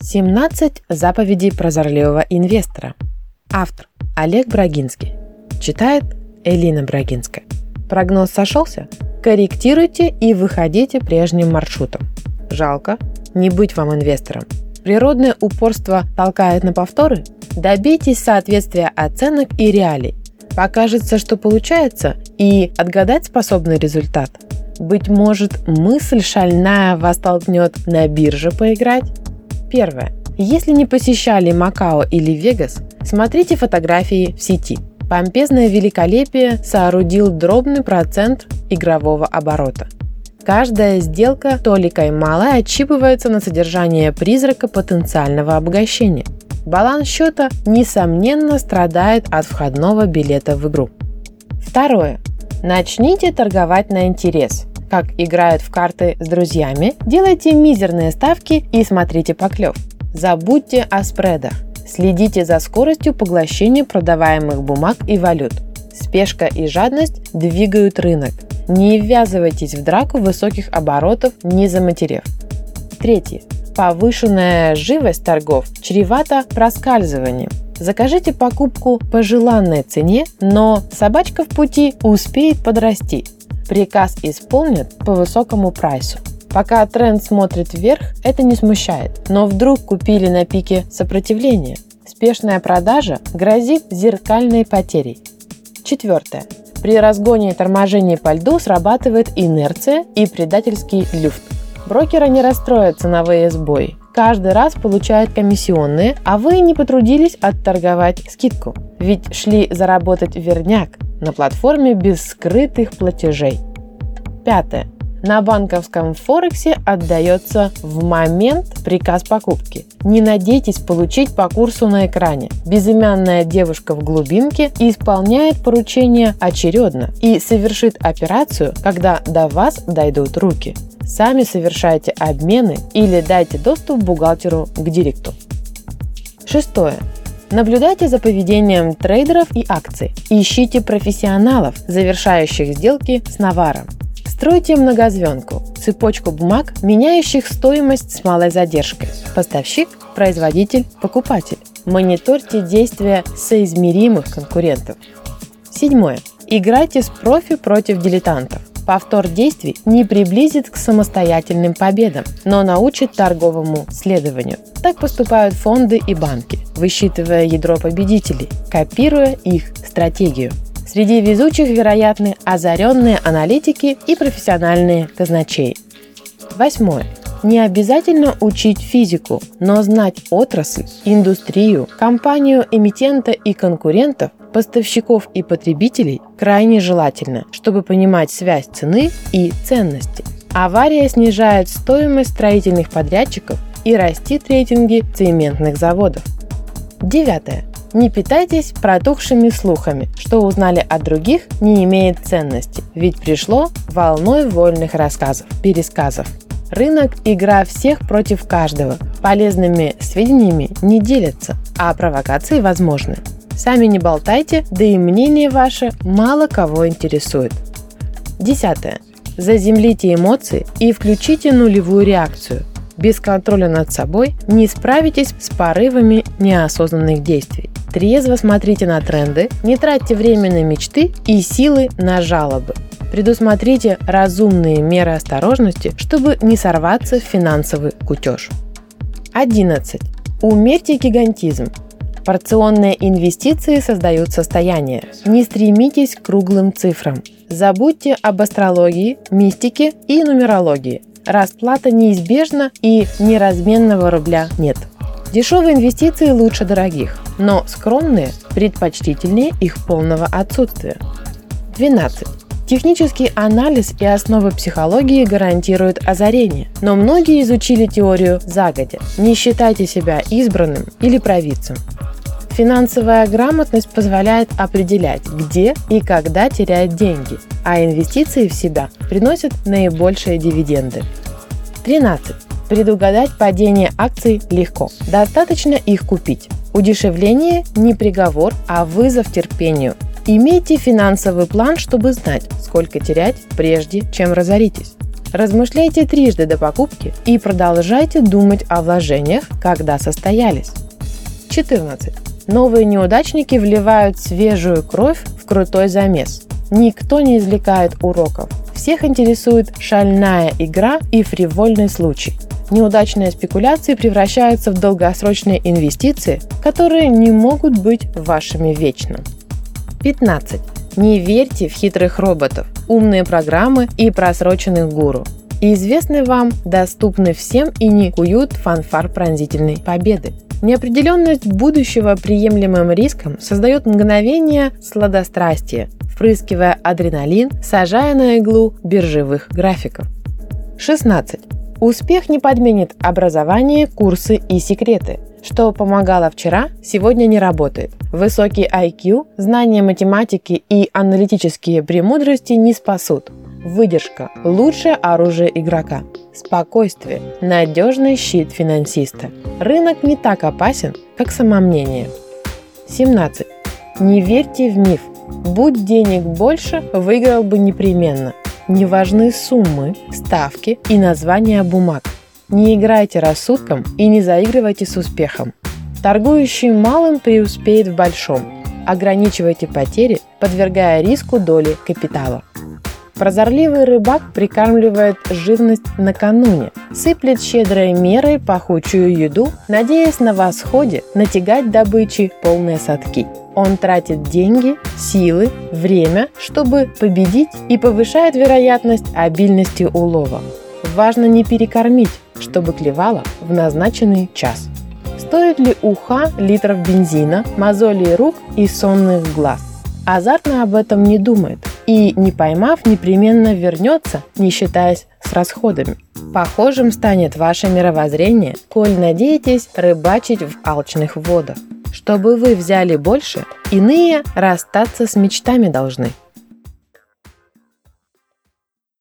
17 заповедей прозорливого инвестора. Автор Олег Брагинский. Читает Элина Брагинская. Прогноз сошелся? Корректируйте и выходите прежним маршрутом. Жалко не быть вам инвестором. Природное упорство толкает на повторы? Добейтесь соответствия оценок и реалий. Покажется, что получается, и отгадать способный результат. Быть может, мысль шальная вас толкнет на бирже поиграть? Первое. Если не посещали Макао или Вегас, смотрите фотографии в сети. Помпезное великолепие соорудил дробный процент игрового оборота. Каждая сделка толикой малой отщипывается на содержание призрака потенциального обогащения. Баланс счета, несомненно, страдает от входного билета в игру. Второе. Начните торговать на интерес. Как играют в карты с друзьями, делайте мизерные ставки и смотрите поклев. Забудьте о спредах. Следите за скоростью поглощения продаваемых бумаг и валют. Спешка и жадность двигают рынок. Не ввязывайтесь в драку высоких оборотов, не заматерев. Третье. Повышенная живость торгов чревата проскальзыванием. Закажите покупку по желанной цене, но собачка в пути успеет подрасти. Приказ исполнят по высокому прайсу. Пока тренд смотрит вверх, это не смущает. Но вдруг купили на пике сопротивления. Спешная продажа грозит зеркальной потерей. Четвертое. При разгоне и торможении по льду срабатывает инерция и предательский люфт. Брокеры не расстроят ценовые сбои. Каждый раз получают комиссионные, а вы не потрудились отторговать скидку. Ведь шли заработать верняк на платформе без скрытых платежей. Пятое. На банковском форексе отдается в момент приказ покупки. Не надейтесь получить по курсу на экране. Безымянная девушка в глубинке исполняет поручение очередно и совершит операцию, когда до вас дойдут руки. Сами совершайте обмены или дайте доступ бухгалтеру к директу. Шестое. Наблюдайте за поведением трейдеров и акций. Ищите профессионалов, завершающих сделки с наваром. Стройте многозвенку, цепочку бумаг, меняющих стоимость с малой задержкой. Поставщик, производитель, покупатель. Мониторьте действия соизмеримых конкурентов. Седьмое. Играйте с профи против дилетантов. Повтор действий не приблизит к самостоятельным победам, но научит торговому следованию. Так поступают фонды и банки, высчитывая ядро победителей, копируя их стратегию. Среди везучих вероятны озаренные аналитики и профессиональные казначеи. Восьмое. Не обязательно учить физику, но знать отрасль, индустрию, компанию эмитента и конкурентов, поставщиков и потребителей крайне желательно, чтобы понимать связь цены и ценности. Авария снижает стоимость строительных подрядчиков и растит рейтинги цементных заводов. Девятое. Не питайтесь протухшими слухами, что узнали от других не имеет ценности, ведь пришло волной вольных рассказов, пересказов. Рынок – игра всех против каждого. Полезными сведениями не делятся, а провокации возможны. Сами не болтайте, да и мнение ваше мало кого интересует. Десятое. Заземлите эмоции и включите нулевую реакцию. Без контроля над собой не справитесь с порывами неосознанных действий. Трезво смотрите на тренды, не тратьте время на мечты и силы на жалобы. Предусмотрите разумные меры осторожности, чтобы не сорваться в финансовый кутеж. 11. Умерьте гигантизм. Порционные инвестиции создают состояние. Не стремитесь к круглым цифрам. Забудьте об астрологии, мистике и нумерологии. Расплата неизбежна и неразменного рубля нет. Дешевые инвестиции лучше дорогих, но скромные предпочтительнее их полного отсутствия. 12. Технический анализ и основы психологии гарантируют озарение, но многие изучили теорию загодя. Не считайте себя избранным или провидцем. Финансовая грамотность позволяет определять, где и когда терять деньги, а инвестиции в себя приносят наибольшие дивиденды. 13. Предугадать падение акций легко. Достаточно их купить. Удешевление не приговор, а вызов терпению. Имейте финансовый план, чтобы знать, сколько терять, прежде чем разоритесь. Размышляйте трижды до покупки и продолжайте думать о вложениях, когда состоялись. 14. Новые неудачники вливают свежую кровь в крутой замес. Никто не извлекает уроков. Всех интересует шальная игра и фривольный случай. Неудачные спекуляции превращаются в долгосрочные инвестиции, которые не могут быть вашими вечно. 15. Не верьте в хитрых роботов, умные программы и просроченных гуру. Известны вам, доступны всем и не куют фанфар пронзительной победы. Неопределенность будущего приемлемым риском создает мгновение сладострастия, впрыскивая адреналин, сажая на иглу биржевых графиков. 16. Успех не подменит образование, курсы и секреты. Что помогало вчера, сегодня не работает. Высокий IQ, знания математики и аналитические премудрости не спасут. Выдержка – лучшее оружие игрока. Спокойствие – надежный щит финансиста. Рынок не так опасен, как самомнение. 17. Не верьте в миф. Будь денег больше, выиграл бы непременно. Не важны суммы, ставки и названия бумаг. Не играйте рассудком и не заигрывайте с успехом. Торгующий малым преуспеет в большом. Ограничивайте потери, подвергая риску доли капитала. Прозорливый рыбак прикармливает живность накануне, сыплет щедрой мерой пахучую еду, надеясь на восходе натягать добычи полные садки. Он тратит деньги, силы, время, чтобы победить, и повышает вероятность обильности улова. Важно не перекормить, чтобы клевало в назначенный час. Стоит ли уха литров бензина, мозолей рук и сонных глаз? Азартно об этом не думает и, не поймав, непременно вернется, не считаясь с расходами. Похожим станет ваше мировоззрение, коль надеетесь рыбачить в алчных водах. Чтобы вы взяли больше, иные расстаться с мечтами должны.